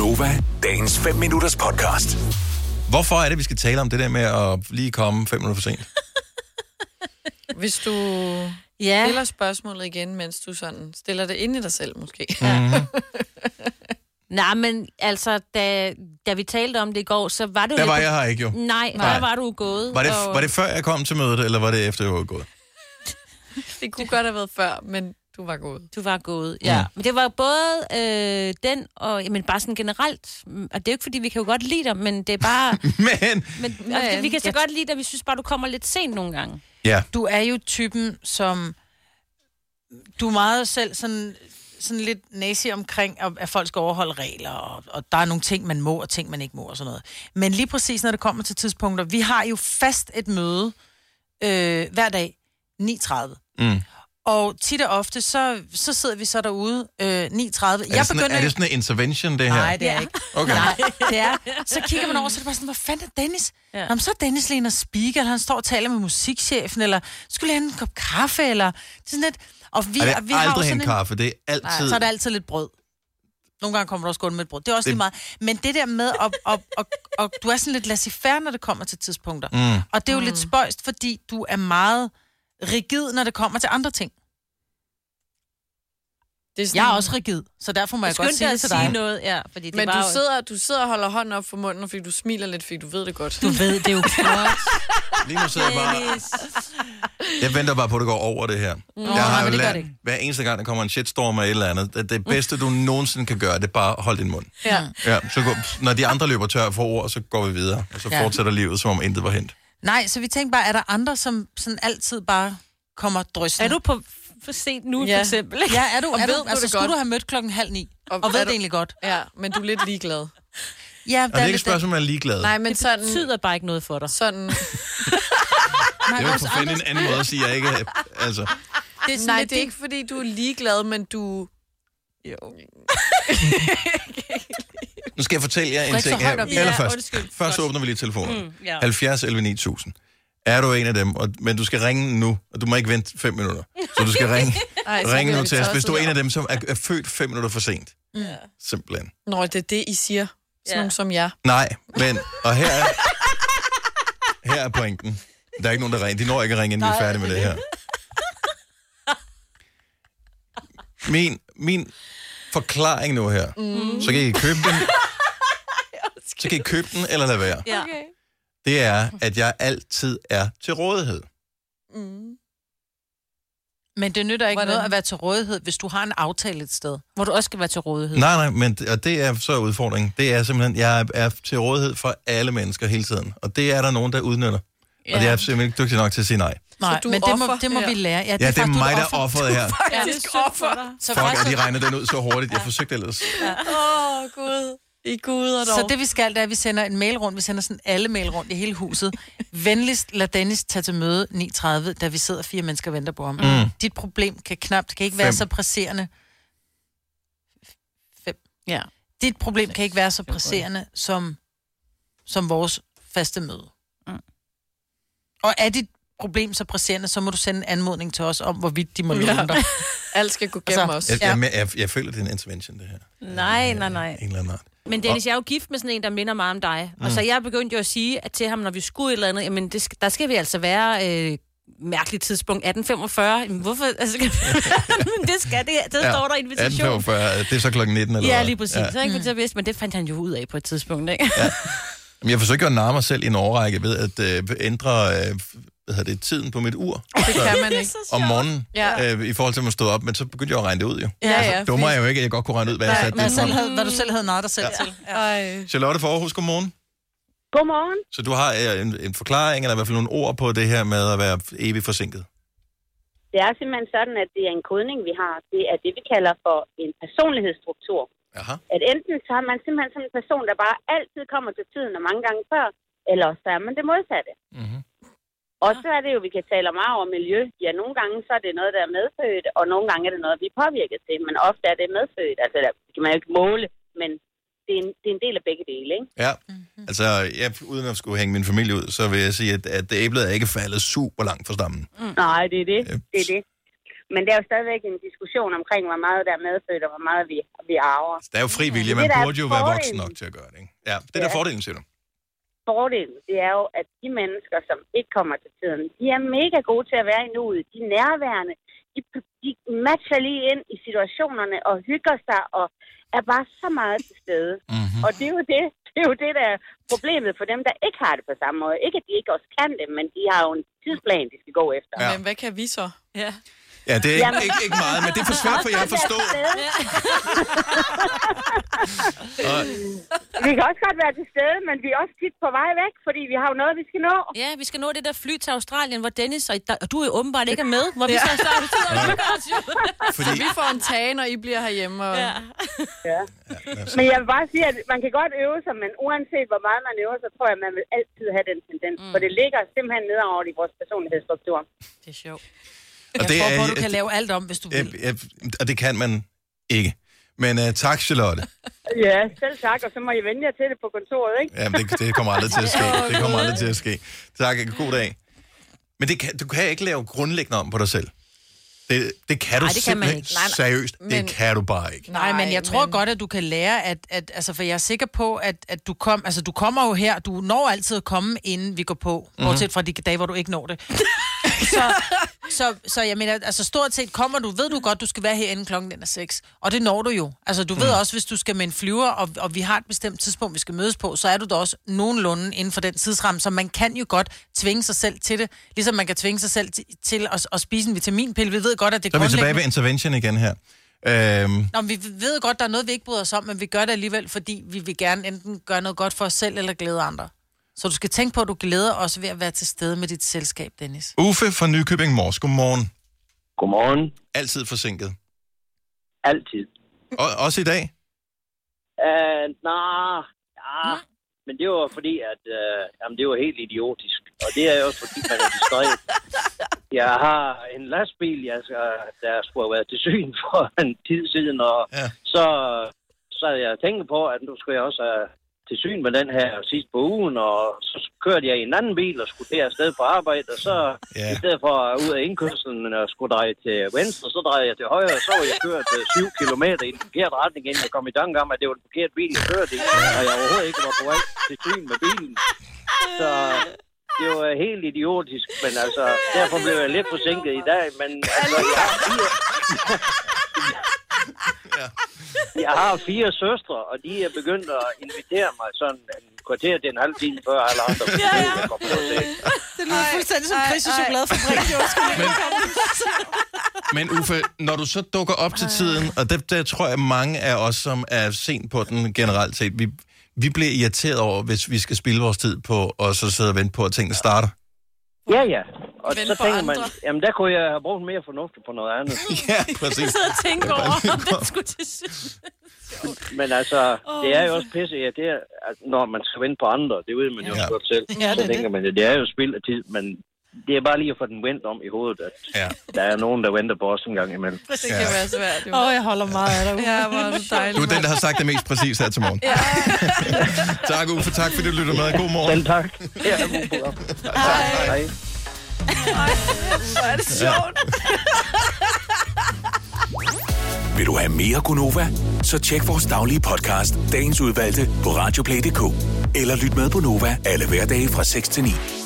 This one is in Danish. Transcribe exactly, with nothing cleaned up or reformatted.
Gonova, dagens fem minutters podcast. Hvorfor er det, vi skal tale om det der med at lige komme fem minutter for sent? Hvis du ja. stiller spørgsmålet igen, mens du sådan stiller det ind i dig selv, måske. Mm-hmm. Nej, men altså, da, da vi talte om det i går, så var det jo... Der var lidt... jeg her ikke jo. Nej, Nej. der var du gået. Var det, og... var det før jeg kom til mødet, eller var det efter jeg var gået? Det kunne godt have været før, men du var gået. Du var gået, ja. Mm. Men det var både øh, den og... Men bare sådan generelt. Og det er jo ikke, fordi vi kan jo godt lide dig, men det er bare... men... men altså, vi kan så godt lide dig, vi synes bare, du kommer lidt sent nogle gange. Ja. Du er jo typen, som... Du er meget selv sådan... sådan lidt nazi omkring, at folk skal overholde regler, og, og der er nogle ting, man må, og ting, man ikke må, og sådan noget. Men lige præcis, når det kommer til tidspunkter, vi har jo fast et møde øh, hver dag, ni tredive. Mm. Og tit og ofte, så, så sidder vi så derude, øh, ni tredive. Er, det sådan, er det sådan en intervention, det her? Nej, det er ikke. Okay. Nej, det er. Så kigger man over, så er det bare sådan, hvor fanden er Dennis? Ja. Nå, så er Dennis lige en speaker, eller han står og taler med musikchefen, eller skulle han en kop kaffe, eller sådan lidt. Og vi, er det og vi har aldrig en en kaffe, det er altid... Nej, så er det altid lidt brød. Nogle gange kommer der også kun med et brød. Det er også det... lige meget. Men det der med, at, at, at, at, du er sådan lidt laissez-faire, når det kommer til tidspunkter. Mm. Og det er jo mm. lidt spøjst, fordi du er meget rigid, når det kommer til andre ting. Det er sådan... Jeg er også rigid, så derfor må jeg godt sige det til dig. Sige noget, ja, fordi det Men var du, jo... sidder, du sidder og holder hånden op for munden, fordi du smiler lidt, fordi du ved det godt. Du ved det jo godt. Lige nu sidder jeg bare... Jeg venter bare på, at det går over det her. Mm. Jeg har nej, jo lært, hver eneste gang, der kommer en shitstorm eller et eller andet, det, det bedste, du nogensinde kan gøre, det er bare hold din mund. Ja. Ja, så går, når de andre løber tør for ord, så går vi videre, og så ja. fortsætter livet, som om intet var hent. Nej, så vi tænker bare, er der andre, som sådan altid bare kommer drøsende? Er du på for sent nu, ja. for eksempel? Ikke? Ja, er du? Og Er ved du du altså, det skulle godt? du have mødt klokken halv ni? Og, og ved du... det egentlig godt? Ja, men du er lidt ligeglad. Ja, og det er ikke et spørgsmål, om jeg er ligeglad. Nej, men det sådan... betyder bare ikke noget for dig. Sådan... Det er jo for finde en anden måde at sige, at jeg ikke er... Altså... Det er Nej, det er ikke, fordi du er ligeglad, men du... Jo. Nu skal jeg fortælle jer en ting her. Allerførst, først åbner vi lige telefonen. Mm, ja. halvfjerds elleve ni tusind. Er du en af dem, og, men du skal ringe nu, og du må ikke vente fem minutter. Så du skal ringe, Ej, ringe nu til os, hvis du er en af dem, som er, er født fem minutter for sent. Mm. Simpelthen. Nå, det er det, I siger. Sådan ja. Nogen som jeg. Nej, men, og her er, her er pointen. Der er ikke nogen, der ringer. De når ikke at ringe, inden vi er færdige med det her. Min, min forklaring nu her, mm. så kan I købe den, så kan I købe den, eller lade være. Ja. Okay. Det er, at jeg altid er til rådighed. Mm. Men det nytter ikke Hvordan? noget at være til rådighed, hvis du har en aftale et sted. Hvor du også skal være til rådighed. Nej, nej, men og det er så udfordringen. Det er simpelthen, jeg er til rådighed for alle mennesker hele tiden. Og det er der nogen, der udnytter. Ja. Og det er simpelthen ikke dygtig nok til at sige nej. Nej, men det må, det må vi lære. Ja, det er, ja, det er mig, der offeret her. Faktisk offer. Fuck, at de regner den ud så hurtigt. Jeg forsøgte ellers. Åh, oh, Gud. I guder dog. Så det vi skal, det er, at vi sender en mail rundt. Vi sender sådan alle mail rundt i hele huset. Venligst lad Dennis tage til møde ni tredive, da vi sidder fire mennesker og venter på ham. Mm. Dit problem kan knap, kan ikke være Fem. så presserende. Fem. Ja. Dit problem kan ikke være så presserende som, som vores faste møde. Mm. Og er dit problem så presserende, så må du sende en anmodning til os om, hvorvidt de må låne ja. dig. Alt skal gå gennem os. Jeg, jeg, jeg, jeg, jeg føler, det er en intervention, det her. Nej, nej, nej. En eller anden art. Men Dennis, jeg er jo gift med sådan en, der minder meget om dig. Mm. Og så jeg begyndte jo at sige at til ham, når vi skulle et eller andet, jamen det skal, der skal vi altså være øh, mærkeligt tidspunkt atten femogfyrre. Jamen, hvorfor? Altså, men det skal det. Det ja, står der invitation. atten femogfyrre, det er så klokken nitten eller Ja, lige præcis. Ja. Så jeg ikke mm. vidste, men det fandt han jo ud af på et tidspunkt, ikke? Ja. Men jeg forsøger at narre mig selv i en årrække ved at øh, ændre øh, hvad hedder det, tiden på mit ur. Det kan man ikke. Om morgenen, ja. øh, i forhold til at man stod op, men så begyndte jeg at regne det ud, jo. Ja, ja. Altså, dummer jeg jo ikke, at jeg godt kunne regne ud, hvad Nej, jeg satte det selv havde, hvad du selv havde narret dig selv ja. til. Ja. Charlotte fra Aarhus, godmorgen. Godmorgen. Så du har øh, en, en forklaring, eller i hvert fald nogle ord på det her med at være evigt forsinket? Det er simpelthen sådan, at det er en kodning, vi har. Det er det, vi kalder for en personlighedsstruktur. Aha. At enten så er man simpelthen sådan en person, der bare altid kommer til tiden og mange gange før, eller så er man det modsatte. Mm-hmm. Og så er det jo, vi kan tale meget om miljø. Ja, nogle gange så er det noget, der er medfødt, og nogle gange er det noget, vi er påvirket til. Men ofte er det medfødt. Altså, det kan man jo ikke måle, men det er en, det er en del af begge dele, ikke? Ja, mm-hmm. altså, jeg, uden at skulle hænge min familie ud, så vil jeg sige, at, at æblet er ikke faldet super langt fra stammen. Mm. Nej, det er det. Det er det. Men det er jo stadigvæk en diskussion omkring, hvor meget der er medfødt, og hvor meget vi, vi arver. Der er jo fri vilje, man burde jo være voksen nok til at gøre det, ikke? Ja, det er der fordelen, siger du. Fordelen, det er jo, at de mennesker, som ikke kommer til tiden, de er mega gode til at være i nuet. De er nærværende. De, de matcher lige ind i situationerne og hygger sig og er bare så meget til stede. Mm-hmm. Og det er jo det, det er jo det, der er problemet for dem, der ikke har det på samme måde. Ikke, at de ikke også kan det, men de har jo en tidsplan, de skal gå efter. Ja. Men hvad kan vi så? Ja. Ja, det er ikke, ikke, ikke meget, men det er for svært for jer at forstå. Vi kan også godt være til stede, men vi er også tit på vej væk, fordi vi har jo noget, vi skal nå. Ja, vi skal nå det der fly til Australien, hvor Dennis og, og du er åbenbart ikke er med, hvor vi ja. så starter tid og hygger os jo. Fordi... Så vi får en tage, når I bliver herhjemme. Og... Ja. Ja. Men jeg vil bare sige, at man kan godt øve sig, men uanset hvor meget man øver, så tror jeg, at man vil altid have den tendens. Mm. For det ligger simpelthen nedover i vores personlighedsstruktur. Det er sjovt. Jeg tror på, at du kan lave alt om, hvis du vil. Ja, ja, og det kan man ikke. Men uh, tak, Charlotte. Ja, selv tak, og så må I vende jer til det på kontoret, ikke? Ja, det, det kommer aldrig til at ske. Det kommer aldrig til at ske. Tak, god dag. Men det kan, du kan ikke lave grundlæggende om på dig selv. Det, det kan du nej, det simpelthen kan ikke. Nej, nej. Seriøst, men... det kan du bare ikke. Nej, men jeg tror men... godt, at du kan lære, at, at altså, for jeg er sikker på, at, at du, kom, altså, du kommer jo her, du når altid at komme, inden vi går på, mm-hmm. bortset fra de dage, hvor du ikke når det. så, så, så jeg mener, altså stort set kommer du, ved du godt, du skal være herinde klokken den er seks, og det når du jo. Altså du ved mm. også, hvis du skal med en flyver, og, og vi har et bestemt tidspunkt, vi skal mødes på, så er du da også nogenlunde inden for den tidsramme, så man kan jo godt tvinge sig selv til det, ligesom man kan tvinge sig selv til, til at, at spise en vitaminpille. Vi ved godt, at det så er vi tilbage ved intervention igen her. Øhm. Nå, vi ved godt, der er noget, vi ikke bryder os om, men vi gør det alligevel, fordi vi vil gerne enten gøre noget godt for os selv, eller glæde andre. Så du skal tænke på, at du glæder også ved at være til stede med dit selskab, Dennis. Uffe fra Nykøbing Mors. Godmorgen. Godmorgen. Altid forsinket? Altid. Og, også i dag? Uh, nej, ja. Mm. Men det var fordi, at uh, jamen, det var helt idiotisk. Og det er jo også fordi, man er distræt. Jeg har en lastbil, jeg skal, der skulle have været til syn for en tid siden, og ja. så, så havde jeg tænkt på, at nu skulle jeg også have til syn med den her sidst på ugen, og så kørte jeg i en anden bil og skulle der afsted på arbejde, og så yeah. i stedet for ud af indkørslen og skulle dreje til venstre, så drejede jeg til højre, og så var jeg kørt syv kilometer i den forkerte retning, inden jeg kom i tanke om, at det var den forkerte bil, jeg kørte i, og jeg overhovedet ikke var på vej til syn med bilen. Så det var helt idiotisk, men altså, derfor blev jeg lidt forsinket i dag, men altså, jeg har fire... Ja. Jeg har fire søstre, og de er begyndt at invitere mig sådan en kvarter til en halv time før alle andre. Ja, ja. Det lyder fuldstændig som Chris' chokoladefabrik. Men Uffe, når du så dukker op til tiden, og det, det tror jeg mange af os, som er sent på den generelt set, vi, vi bliver irriteret over, hvis vi skal spilde vores tid på, og så sidde og vente på, at tingene starter. Ja, ja. Og Vend så tænker man, jamen der kunne jeg have brugt mere fornuft på noget andet. Ja, præcis. Så jeg tænker over, om det skulle til Men altså, det er jo også pisse, ja, det er, når man skal vente på andre, det ved man jo ja. godt selv. Ja, det så tænker det. man, at det er jo spild af tid, men det er bare lige at få den vendt om i hovedet, at ja. der er nogen, der venter på os en gang imellem. Det kan ja. være svært, jo. Åh, oh, jeg holder meget af dig. Ja, hvor er det dejligt. Du er den, der har sagt det mest præcis her til morgen. Ja. Tak, Uffe. Tak, fordi du lytter med. God morgen. Selv tak. Ja, god program. Hej. Hej. Ej, hvor er det sjovt. Vil du have mere Gunova? Så tjek vores daglige podcast, dagens udvalgte, på radioplay punktum d k. Eller lyt med på Nova alle hverdage fra seks til ni.